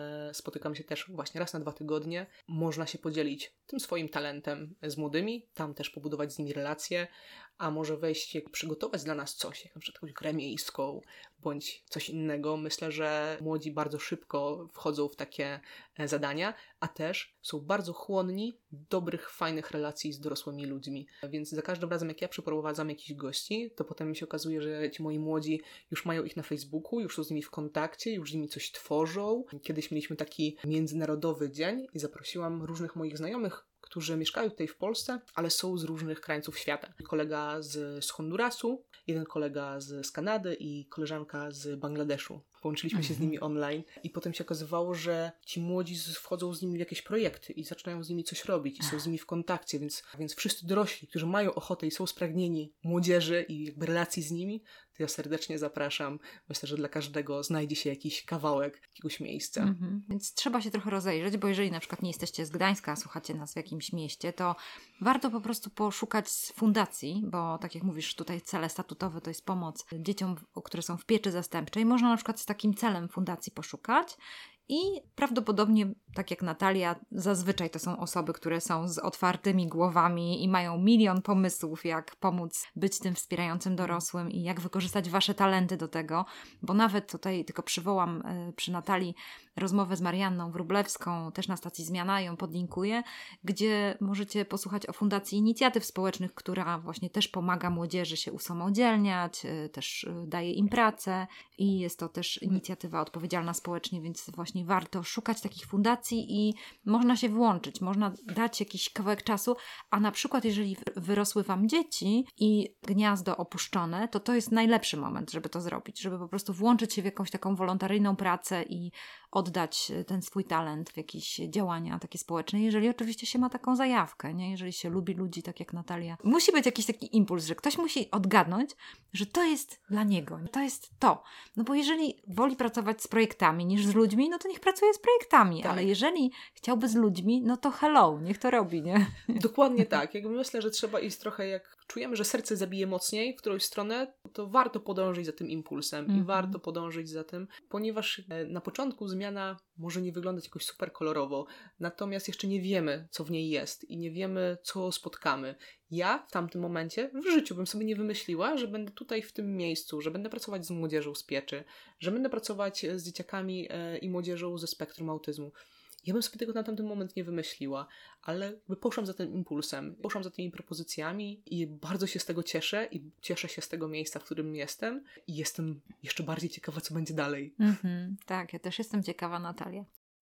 się też właśnie raz na 2 tygodnie. Można się podzielić tym swoim talentem z młodymi, tam też pobudować z nimi relacje, a może wejść, przygotować dla nas coś, jak na przykład jakąś grę miejską, bądź coś innego. Myślę, że młodzi bardzo szybko wchodzą w takie zadania, a też są bardzo chłonni dobrych, fajnych relacji z dorosłymi ludźmi. Więc za każdym razem, jak ja przyprowadzam jakichś gości, to potem mi się okazuje, że ci moi młodzi już mają ich na Facebooku, już są z nimi w kontakcie, już z nimi coś tworzą. Kiedyś mieliśmy taki międzynarodowy dzień i zaprosiłam różnych moich znajomych, którzy mieszkają tutaj w Polsce, ale są z różnych krańców świata. Kolega z Hondurasu, jeden kolega z Kanady i koleżanka z Bangladeszu. Połączyliśmy się z nimi online i potem się okazywało, że ci młodzi wchodzą z nimi w jakieś projekty i zaczynają z nimi coś robić i są z nimi w kontakcie, więc wszyscy dorośli, którzy mają ochotę i są spragnieni młodzieży i jakby relacji z nimi, to ja serdecznie zapraszam. Myślę, że dla każdego znajdzie się jakiś kawałek, jakiegoś miejsca. Więc trzeba się trochę rozejrzeć, bo jeżeli na przykład nie jesteście z Gdańska, a słuchacie nas w jakimś mieście, to warto po prostu poszukać fundacji, bo tak jak mówisz, tutaj cele statutowe to jest pomoc dzieciom, które są w pieczy zastępczej. Można na przykład z takim celem fundacji poszukać i prawdopodobnie, tak jak Natalia, zazwyczaj to są osoby, które są z otwartymi głowami i mają milion pomysłów, jak pomóc być tym wspierającym dorosłym i jak wykorzystać wasze talenty do tego, bo nawet tutaj tylko przywołam przy Natalii rozmowę z Marianną Wróblewską, też na stacji Zmiana, ją podlinkuję, gdzie możecie posłuchać o Fundacji Inicjatyw Społecznych, która właśnie też pomaga młodzieży się usamodzielniać, też daje im pracę i jest to też inicjatywa odpowiedzialna społecznie, więc właśnie warto szukać takich fundacji i można się włączyć, można dać jakiś kawałek czasu, a na przykład jeżeli wyrosły wam dzieci i gniazdo opuszczone, to jest najlepszy moment, żeby to zrobić, żeby po prostu włączyć się w jakąś taką wolontaryjną pracę i oddać ten swój talent w jakieś działania takie społeczne, jeżeli oczywiście się ma taką zajawkę, nie? Jeżeli się lubi ludzi, tak jak Natalia. Musi być jakiś taki impuls, że ktoś musi odgadnąć, że to jest dla niego, to jest to. No bo jeżeli woli pracować z projektami niż z ludźmi, no to niech pracuje z projektami, tak. Ale jeżeli chciałby z ludźmi, no to hello, niech to robi, nie? Dokładnie tak. Jakby myślę, że trzeba iść trochę jak czujemy, że serce zabije mocniej w którąś stronę, to warto podążyć za tym impulsem i warto podążyć za tym, ponieważ na początku zmiana może nie wyglądać jakoś super kolorowo, natomiast jeszcze nie wiemy, co w niej jest i nie wiemy, co spotkamy. Ja w tamtym momencie w życiu bym sobie nie wymyśliła, że będę tutaj w tym miejscu, że będę pracować z młodzieżą z pieczy, że będę pracować z dzieciakami i młodzieżą ze spektrum autyzmu. Ja bym sobie tego na tamten moment nie wymyśliła, ale poszłam za tym impulsem, poszłam za tymi propozycjami i bardzo się z tego cieszę i cieszę się z tego miejsca, w którym jestem i jestem jeszcze bardziej ciekawa, co będzie dalej. Tak, ja też jestem ciekawa, Natalia.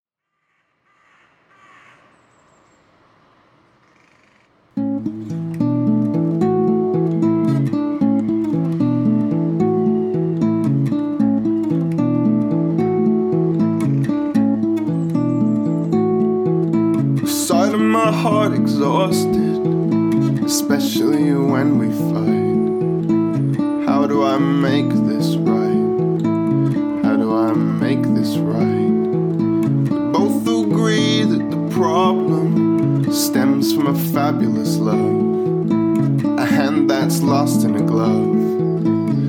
My heart exhausted, especially when we fight. How do I make this right? How do I make this right? We both agree that the problem stems from a fabulous love, a hand that's lost in a glove. The shadow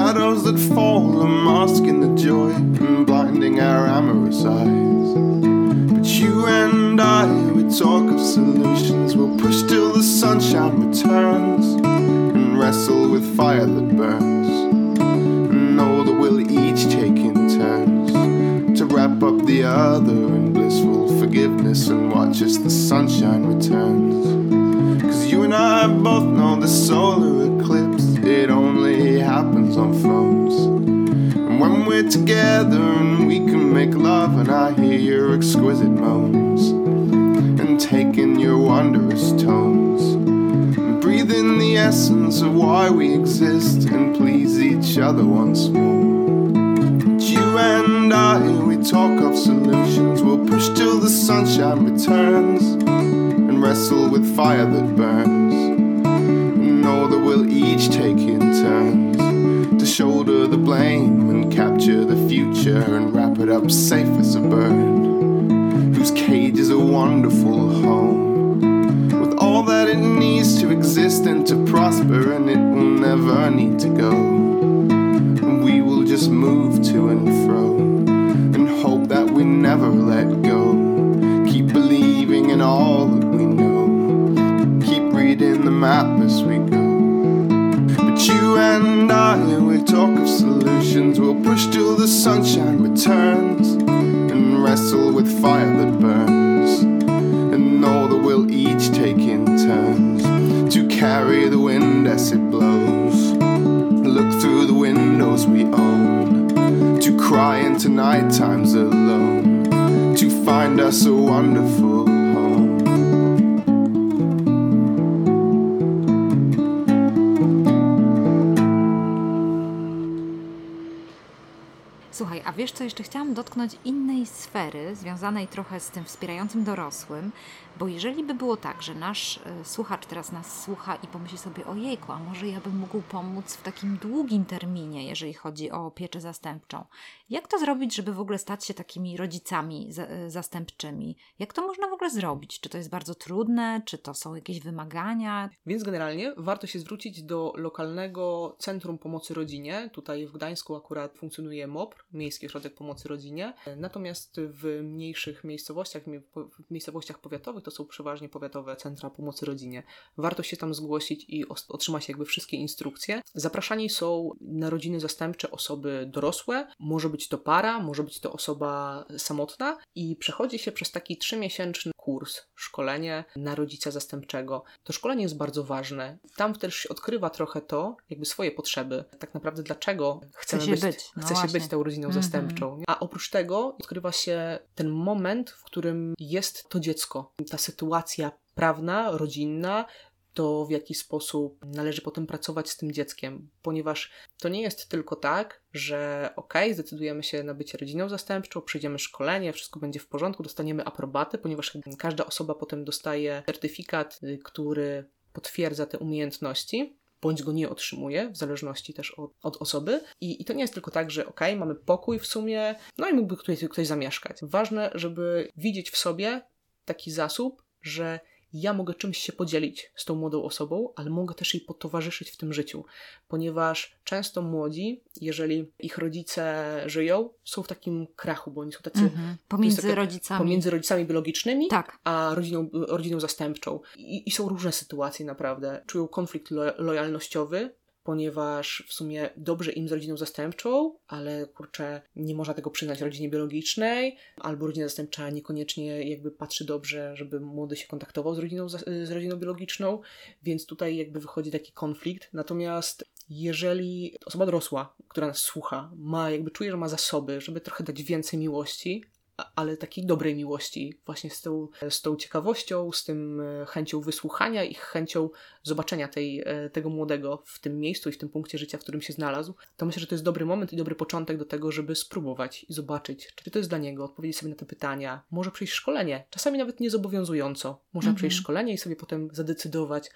shadows that fall are masking the joy and blinding our amorous eyes. But you and I, we talk of solutions. We'll push till the sunshine returns and wrestle with fire that burns, and know that we'll each take in turns to wrap up the other in blissful forgiveness and watch as the sunshine returns. 'Cause you and I both know the solar eclipse, it only happens on phones. And when we're together and we can make love, and I hear your exquisite moans and take in your wondrous tones, and breathe in the essence of why we exist and please each other once more. You and I, we talk of solutions. We'll push till the sunshine returns and wrestle with fire that burns, and know that we'll each take in turns to shoulder the blame and capture the future and wrap it up safe as a bird whose cage is a wonderful home with all that it needs to exist and to prosper, and it will never need to go. We will just move to and fro and hope that we never let go. Keep believing in all that we know. Keep reading the map as we go. But you and I, we talk of solutions. We'll push till the sunshine returns and wrestle with fire that burns, and know that we'll each take in turns to carry the wind as it blows. Look through the windows we own, to cry into night times alone, to find us a wonderful home. Słuchaj, a wiesz co, jeszcze chciałam dotknąć innej sfery, związanej trochę z tym wspierającym dorosłym, bo jeżeli by było tak, że nasz słuchacz teraz nas słucha i pomyśli sobie, ojejku, a może ja bym mógł pomóc w takim długim terminie, jeżeli chodzi o pieczę zastępczą. Jak to zrobić, żeby w ogóle stać się takimi rodzicami zastępczymi? Jak to można w ogóle zrobić? Czy to jest bardzo trudne? Czy to są jakieś wymagania? Więc generalnie warto się zwrócić do lokalnego Centrum Pomocy Rodzinie. Tutaj w Gdańsku akurat funkcjonuje MOPR, Miejski Ośrodek Pomocy Rodzinie. Natomiast w mniejszych miejscowościach, w miejscowościach powiatowych, to są przeważnie powiatowe centra pomocy rodzinie. Warto się tam zgłosić i otrzymać jakby wszystkie instrukcje. Zapraszani są na rodziny zastępcze osoby dorosłe, może być to para, może być to osoba samotna i przechodzi się przez taki 3-miesięczny kurs, szkolenie na rodzica zastępczego. To szkolenie jest bardzo ważne. Tam też się odkrywa trochę to, jakby swoje potrzeby. Tak naprawdę dlaczego chce się być tą rodziną zastępczą. A oprócz tego odkrywa się ten moment, w którym jest to dziecko. Ta sytuacja prawna, rodzinna, to w jaki sposób należy potem pracować z tym dzieckiem, ponieważ to nie jest tylko tak, że zdecydujemy się na bycie rodziną zastępczą, przejdziemy szkolenie, wszystko będzie w porządku, dostaniemy aprobatę, ponieważ każda osoba potem dostaje certyfikat, który potwierdza te umiejętności, bądź go nie otrzymuje, w zależności też od osoby. I to nie jest tylko tak, że mamy pokój w sumie, no i mógłby ktoś zamieszkać. Ważne, żeby widzieć w sobie taki zasób, że ja mogę czymś się podzielić z tą młodą osobą, ale mogę też jej potowarzyszyć w tym życiu, ponieważ często młodzí, jeżeli ich rodzice żyją, są w takim krachu, bo oni są tacy pomiędzy rodzicami biologicznymi, tak, a rodziną zastępczą. I są różne sytuacje naprawdę. Czują konflikt lojalnościowy, ponieważ w sumie dobrze im z rodziną zastępczą, ale nie można tego przyznać rodzinie biologicznej, albo rodzina zastępcza niekoniecznie jakby patrzy dobrze, żeby młody się kontaktował z rodziną biologiczną, więc tutaj jakby wychodzi taki konflikt. Natomiast jeżeli osoba dorosła, która nas słucha, czuje, że ma zasoby, żeby trochę dać więcej miłości, ale takiej dobrej miłości, właśnie z tą ciekawością, z tym chęcią wysłuchania i chęcią zobaczenia tego młodego w tym miejscu i w tym punkcie życia, w którym się znalazł, to myślę, że to jest dobry moment i dobry początek do tego, żeby spróbować i zobaczyć, czy to jest dla niego, odpowiedzieć sobie na te pytania, może przejść szkolenie, czasami nawet niezobowiązująco. Można przejść szkolenie i sobie potem zadecydować,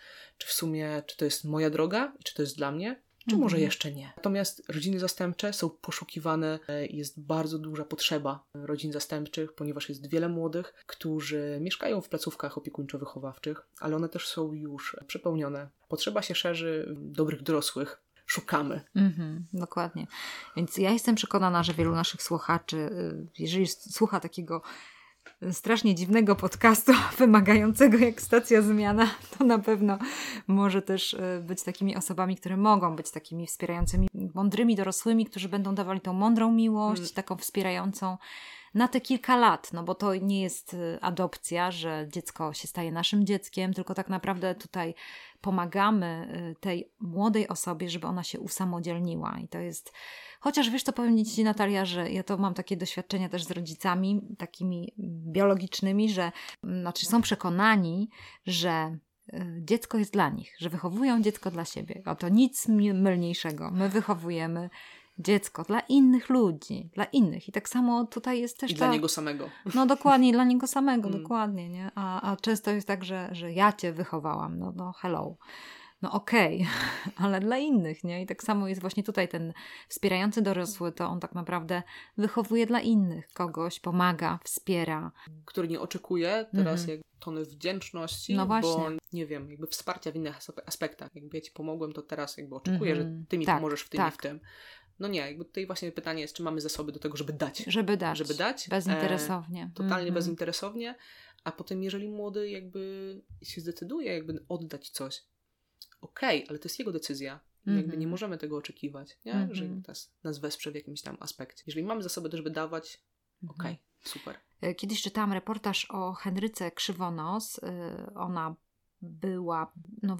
czy to jest moja droga i czy to jest dla mnie, czy może jeszcze nie. Natomiast rodziny zastępcze są poszukiwane, jest bardzo duża potrzeba rodzin zastępczych, ponieważ jest wiele młodych, którzy mieszkają w placówkach opiekuńczo-wychowawczych, ale one też są już przepełnione. Potrzeba się szerzy dobrych dorosłych, szukamy. Dokładnie. Więc ja jestem przekonana, że wielu naszych słuchaczy, jeżeli słucha takiego strasznie dziwnego podcastu wymagającego jak stacja zmiana, to na pewno może też być takimi osobami, które mogą być takimi wspierającymi, mądrymi dorosłymi, którzy będą dawali tą mądrą miłość, taką wspierającą na te kilka lat, no bo to nie jest adopcja, że dziecko się staje naszym dzieckiem, tylko tak naprawdę tutaj pomagamy tej młodej osobie, żeby ona się usamodzielniła i to jest, chociaż wiesz, to powiem Ci, Natalia, że ja to mam takie doświadczenia też z rodzicami takimi biologicznymi, że znaczy są przekonani, że dziecko jest dla nich, że wychowują dziecko dla siebie. To nic mylniejszego. My wychowujemy dziecko dla innych ludzi, dla innych. I tak samo tutaj jest też I dla niego samego. No dokładnie, dla niego samego, dokładnie, nie? A często jest tak, że ja Cię wychowałam, no hello. No okej, ale dla innych, nie? I tak samo jest właśnie tutaj ten wspierający dorosły, to on tak naprawdę wychowuje dla innych kogoś, pomaga, wspiera. Który nie oczekuje teraz jak tony wdzięczności, no właśnie. bo nie wiem, jakby wsparcia w innych aspektach. Jakby ja Ci pomogłem, to teraz jakby oczekuję, że Ty mi pomożesz w tym i w tym. No nie, jakby tutaj właśnie pytanie jest, czy mamy zasoby do tego, żeby dać. Żeby dać. Bezinteresownie. Totalnie bezinteresownie. A potem, jeżeli młody jakby się zdecyduje jakby oddać coś, okej, ale to jest jego decyzja. Jakby nie możemy tego oczekiwać, nie? Że nas wesprze w jakimś tam aspekcie. Jeżeli mamy zasoby, żeby dawać, okej, super. Kiedyś czytałam reportaż o Henryce Krzywonos. Ona była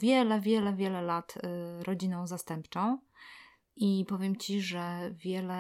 wiele lat rodziną zastępczą. I powiem Ci, że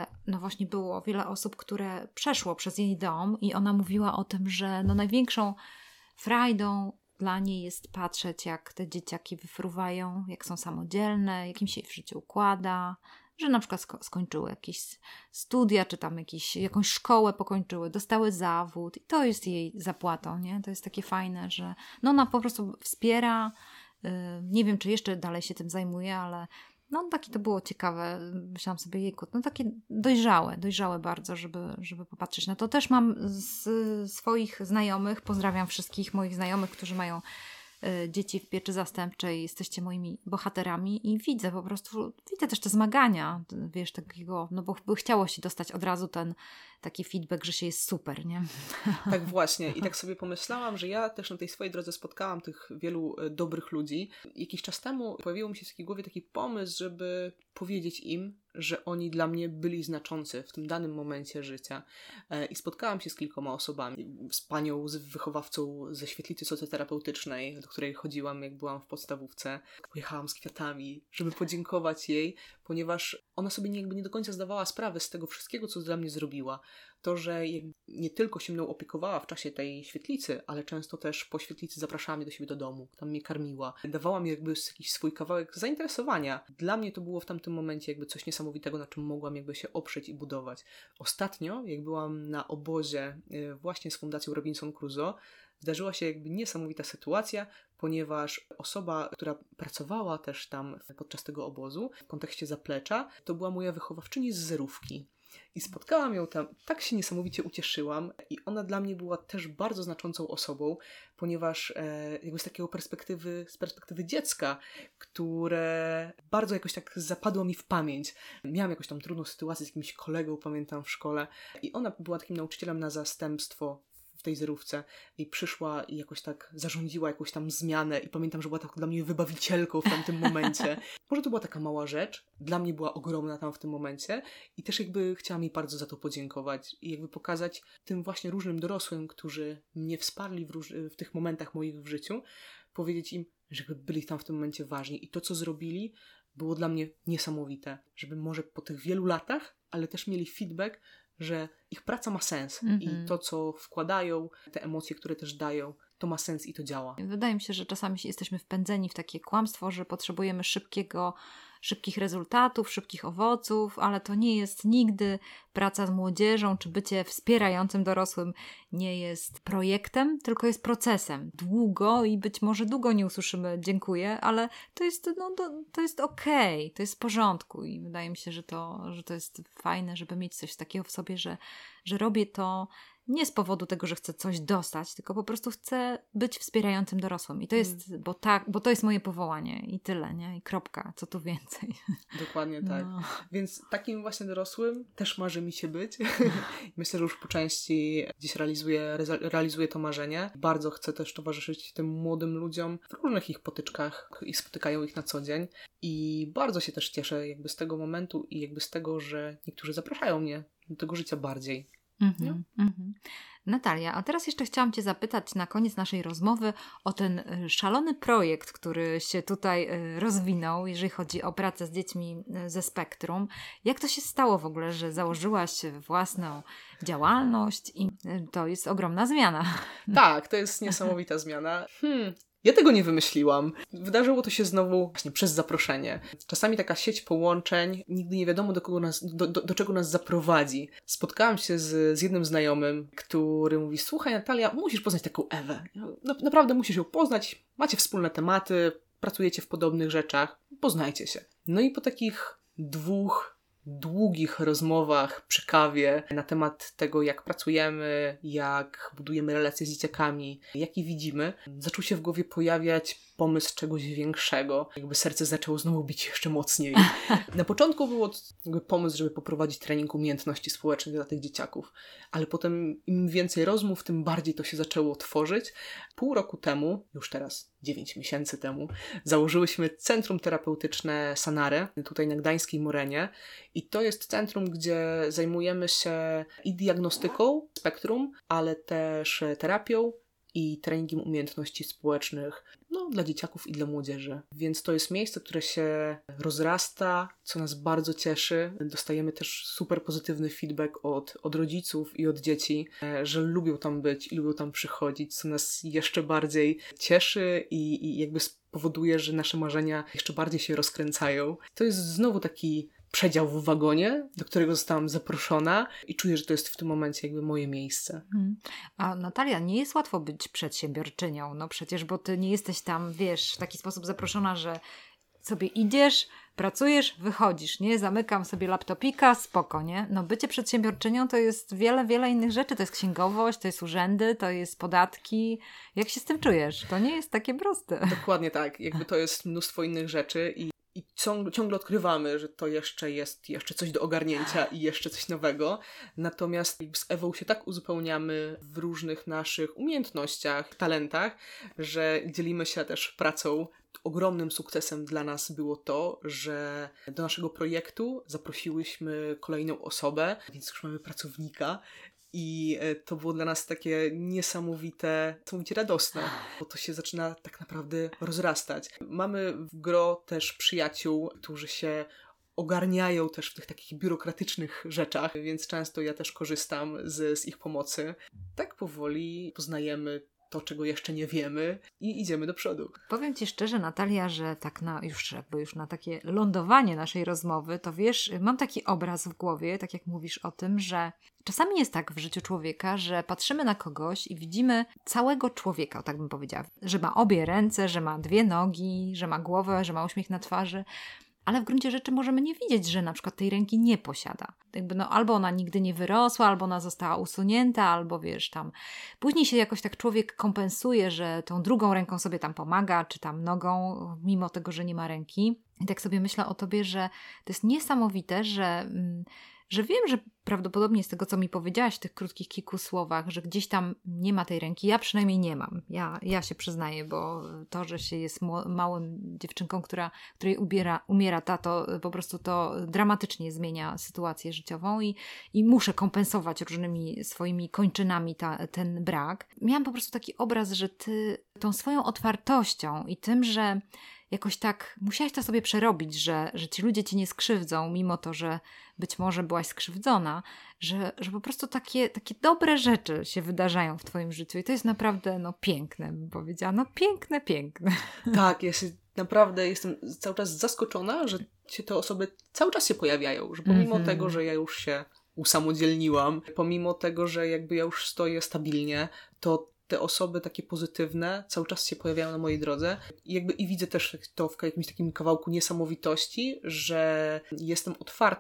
było wiele osób, które przeszło przez jej dom i ona mówiła o tym, że największą frajdą dla niej jest patrzeć, jak te dzieciaki wyfruwają, jak są samodzielne, jak im się w życiu układa, że na przykład skończyły jakieś studia, czy tam jakąś szkołę pokończyły, dostały zawód i to jest jej zapłatą, nie? To jest takie fajne, że ona po prostu wspiera, nie wiem, czy jeszcze dalej się tym zajmuje, ale takie to było ciekawe. Myślałam sobie, jejku, takie dojrzałe bardzo, żeby popatrzeć na to. Też mam z swoich znajomych, pozdrawiam wszystkich moich znajomych, którzy mają dzieci w pieczy zastępczej, jesteście moimi bohaterami i widzę też te zmagania, wiesz, takiego, bo by chciało się dostać od razu ten taki feedback, że się jest super, nie? Tak właśnie. I tak sobie pomyślałam, że ja też na tej swojej drodze spotkałam tych wielu dobrych ludzi. Jakiś czas temu pojawił mi się w takiej głowie taki pomysł, żeby powiedzieć im, że oni dla mnie byli znaczący w tym danym momencie życia. I spotkałam się z kilkoma osobami. Z panią, z wychowawcą ze świetlicy socjoterapeutycznej, do której chodziłam, jak byłam w podstawówce. Pojechałam z kwiatami, żeby podziękować jej, ponieważ ona sobie nie do końca zdawała sprawę z tego wszystkiego, co dla mnie zrobiła. To, że nie tylko się mną opiekowała w czasie tej świetlicy, ale często też po świetlicy zapraszała mnie do siebie do domu, tam mnie karmiła. Dawała mi jakby jakiś swój kawałek zainteresowania. Dla mnie to było w tamtym momencie jakby coś niesamowitego, na czym mogłam jakby się oprzeć i budować. Ostatnio, jak byłam na obozie właśnie z Fundacją Robinson Crusoe, zdarzyła się jakby niesamowita sytuacja, ponieważ osoba, która pracowała też tam podczas tego obozu, w kontekście zaplecza, to była moja wychowawczyni z zerówki. I spotkałam ją tam, tak się niesamowicie ucieszyłam i ona dla mnie była też bardzo znaczącą osobą, ponieważ jakby z perspektywy dziecka, które bardzo jakoś tak zapadło mi w pamięć. Miałam jakąś tam trudną sytuację z jakimś kolegą, pamiętam, w szkole i ona była takim nauczycielem na zastępstwo w tej zerówce i przyszła i jakoś tak zarządziła jakąś tam zmianę i pamiętam, że była tak dla mnie wybawicielką w tamtym momencie. Może to była taka mała rzecz, dla mnie była ogromna tam w tym momencie i też jakby chciałam jej bardzo za to podziękować i jakby pokazać tym właśnie różnym dorosłym, którzy mnie wsparli w tych momentach moich w życiu, powiedzieć im, że jakby byli tam w tym momencie ważni i to, co zrobili, było dla mnie niesamowite, żeby może po tych wielu latach, ale też mieli feedback, że ich praca ma sens i to, co wkładają, te emocje, które też dają, to ma sens i to działa. Wydaje mi się, że czasami jesteśmy wpędzeni w takie kłamstwo, że potrzebujemy szybkich rezultatów, szybkich owoców, ale to nie jest nigdy praca z młodzieżą, czy bycie wspierającym dorosłym nie jest projektem, tylko jest procesem. Długo i być może długo nie usłyszymy dziękuję, ale to jest okej, to jest w porządku i wydaje mi się, że to jest fajne, żeby mieć coś takiego w sobie, że robię to nie z powodu tego, że chcę coś dostać, tylko po prostu chcę być wspierającym dorosłym. I to jest, bo to jest moje powołanie i tyle, nie? I kropka, co tu więcej. Dokładnie tak. No. Więc takim właśnie dorosłym też marzy mi się być. Myślę, że już po części gdzieś realizuję to marzenie. Bardzo chcę też towarzyszyć tym młodym ludziom w różnych ich potyczkach i spotykają ich na co dzień. I bardzo się też cieszę jakby z tego momentu i jakby z tego, że niektórzy zapraszają mnie do tego życia bardziej. Natalia, a teraz jeszcze chciałam Cię zapytać na koniec naszej rozmowy o ten szalony projekt, który się tutaj rozwinął, jeżeli chodzi o pracę z dziećmi ze spektrum. Jak to się stało w ogóle, że założyłaś własną działalność i to jest ogromna zmiana. Tak, to jest niesamowita zmiana. Ja tego nie wymyśliłam. Wydarzyło to się znowu właśnie przez zaproszenie. Czasami taka sieć połączeń, nigdy nie wiadomo do czego nas zaprowadzi. Spotkałam się z jednym znajomym, który mówi: słuchaj Natalia, musisz poznać taką Ewę. Naprawdę musisz ją poznać, macie wspólne tematy, pracujecie w podobnych rzeczach, poznajcie się. No i po takich 2 długich rozmowach przy kawie na temat tego, jak pracujemy, jak budujemy relacje z dzieciakami, jak je widzimy, zaczął się w głowie pojawiać pomysł czegoś większego. Jakby serce zaczęło znowu bić jeszcze mocniej. Na początku był jakby pomysł, żeby poprowadzić trening umiejętności społecznych dla tych dzieciaków, ale potem im więcej rozmów, tym bardziej to się zaczęło tworzyć. Pół roku temu, już teraz 9 miesięcy temu, założyłyśmy Centrum Terapeutyczne Sanare, tutaj na Gdańskiej Morenie. I to jest centrum, gdzie zajmujemy się i diagnostyką spektrum, ale też terapią i treningiem umiejętności społecznych dla dzieciaków i dla młodzieży. Więc to jest miejsce, które się rozrasta, co nas bardzo cieszy. Dostajemy też super pozytywny feedback od rodziców i od dzieci, że lubią tam być i lubią tam przychodzić, co nas jeszcze bardziej cieszy i jakby powoduje, że nasze marzenia jeszcze bardziej się rozkręcają. To jest znowu taki przedział w wagonie, do którego zostałam zaproszona i czuję, że to jest w tym momencie jakby moje miejsce. A Natalia, nie jest łatwo być przedsiębiorczynią, przecież, bo ty nie jesteś tam, wiesz, w taki sposób zaproszona, że sobie idziesz, pracujesz, wychodzisz, nie? Zamykam sobie laptopika, spoko, nie? Bycie przedsiębiorczynią to jest wiele innych rzeczy. To jest księgowość, to jest urzędy, to jest podatki. Jak się z tym czujesz? To nie jest takie proste. Dokładnie tak. Jakby to jest mnóstwo innych rzeczy i ciągle odkrywamy, że to jeszcze jest coś do ogarnięcia i jeszcze coś nowego. Natomiast z Ewą się tak uzupełniamy w różnych naszych umiejętnościach, talentach, że dzielimy się też pracą. Ogromnym sukcesem dla nas było to, że do naszego projektu zaprosiłyśmy kolejną osobę, więc już mamy pracownika. I to było dla nas takie niesamowicie radosne, bo to się zaczyna tak naprawdę rozrastać. Mamy w gro też przyjaciół, którzy się ogarniają też w tych takich biurokratycznych rzeczach, więc często ja też korzystam z ich pomocy. Tak powoli poznajemy to, czego jeszcze nie wiemy i idziemy do przodu. Powiem Ci szczerze, Natalia, że tak już na takie lądowanie naszej rozmowy, to wiesz, mam taki obraz w głowie, tak jak mówisz o tym, że czasami jest tak w życiu człowieka, że patrzymy na kogoś i widzimy całego człowieka, tak bym powiedziała, że ma obie ręce, że ma 2 nogi, że ma głowę, że ma uśmiech na twarzy, ale w gruncie rzeczy możemy nie widzieć, że na przykład tej ręki nie posiada. Albo ona nigdy nie wyrosła, albo ona została usunięta, albo wiesz, tam później się jakoś tak człowiek kompensuje, że tą drugą ręką sobie tam pomaga, czy tam nogą, mimo tego, że nie ma ręki. I tak sobie myślę o tobie, że to jest niesamowite, że wiem, że prawdopodobnie z tego, co mi powiedziałaś w tych krótkich kilku słowach, że gdzieś tam nie ma tej ręki. Ja przynajmniej nie mam. Ja się przyznaję, bo to, że się jest małym dziewczynką, której umiera tato, po prostu to dramatycznie zmienia sytuację życiową i muszę kompensować różnymi swoimi kończynami ten brak. Miałam po prostu taki obraz, że ty tą swoją otwartością i tym, że jakoś tak musiałaś to sobie przerobić, że ci ludzie ci nie skrzywdzą, mimo to, że być może byłaś skrzywdzona, że po prostu takie dobre rzeczy się wydarzają w twoim życiu i to jest naprawdę piękne, bym powiedziała. Piękne. Tak, ja się naprawdę jestem cały czas zaskoczona, że te osoby cały czas się pojawiają, że pomimo tego, że ja już się usamodzielniłam, pomimo tego, że jakby ja już stoję stabilnie, to te osoby takie pozytywne cały czas się pojawiają na mojej drodze i widzę też to w jakimś takim kawałku niesamowitości, że jestem otwarta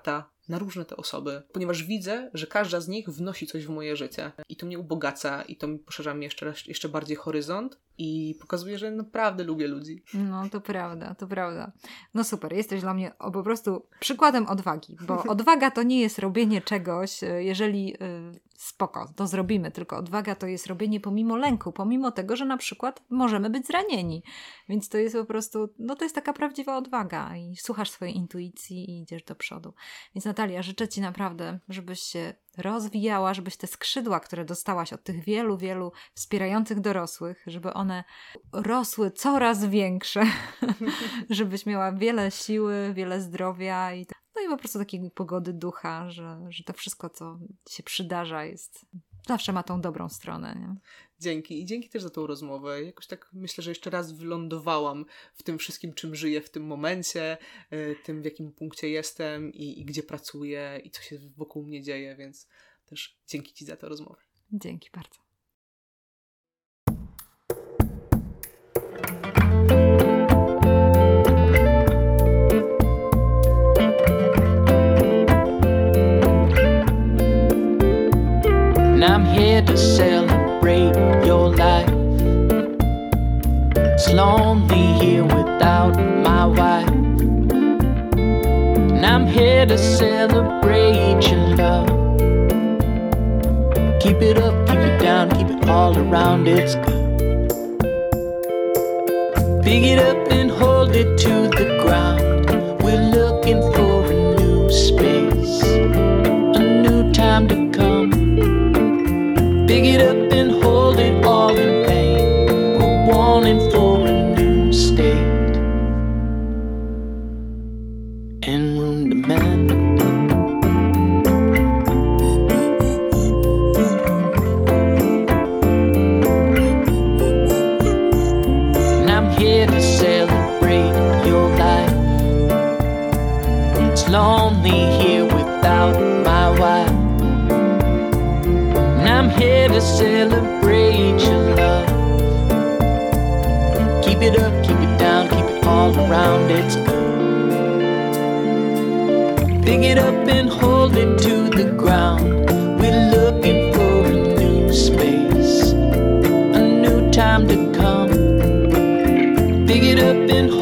na różne te osoby, ponieważ widzę, że każda z nich wnosi coś w moje życie i to mnie ubogaca i to mi poszerza mi jeszcze bardziej horyzont i pokazuje, że naprawdę lubię ludzi. No, to prawda, to prawda. No super, jesteś dla mnie po prostu przykładem odwagi, bo odwaga to nie jest robienie czegoś, jeżeli spoko, to zrobimy, tylko odwaga to jest robienie pomimo lęku, pomimo tego, że na przykład możemy być zranieni. Więc to jest po prostu, no to jest taka prawdziwa odwaga i słuchasz swojej intuicji i idziesz do przodu. Więc Natalia, życzę Ci naprawdę, żebyś się rozwijała, żebyś te skrzydła, które dostałaś od tych wielu, wielu wspierających dorosłych, żeby one rosły coraz większe, żebyś miała wiele siły, wiele zdrowia i no i po prostu takiej pogody ducha, że to wszystko, co się przydarza, jest zawsze ma tą dobrą stronę. Nie? Dzięki. I dzięki też za tą rozmowę. Jakoś tak myślę, że jeszcze raz wylądowałam w tym wszystkim, czym żyję w tym momencie, tym w jakim punkcie jestem i gdzie pracuję i co się wokół mnie dzieje, więc też dzięki Ci za tę rozmowę. Dzięki bardzo. I'm here to celebrate your life. It's lonely here without my wife. And I'm here to celebrate your love. Keep it up, keep it down, keep it all around, it's good. Pick it up and hold it to the ground. We're looking for a new space, a new time to come. Pick it up and hold it all in pain. We're wanting for a new state and room to mend. And I'm here to celebrate your life. It's lonely here without my wife. I'm here to celebrate your love. Keep it up, keep it down, keep it all around, it's good. Pick it up and hold it to the ground. We're looking for a new space, a new time to come. Pick it up and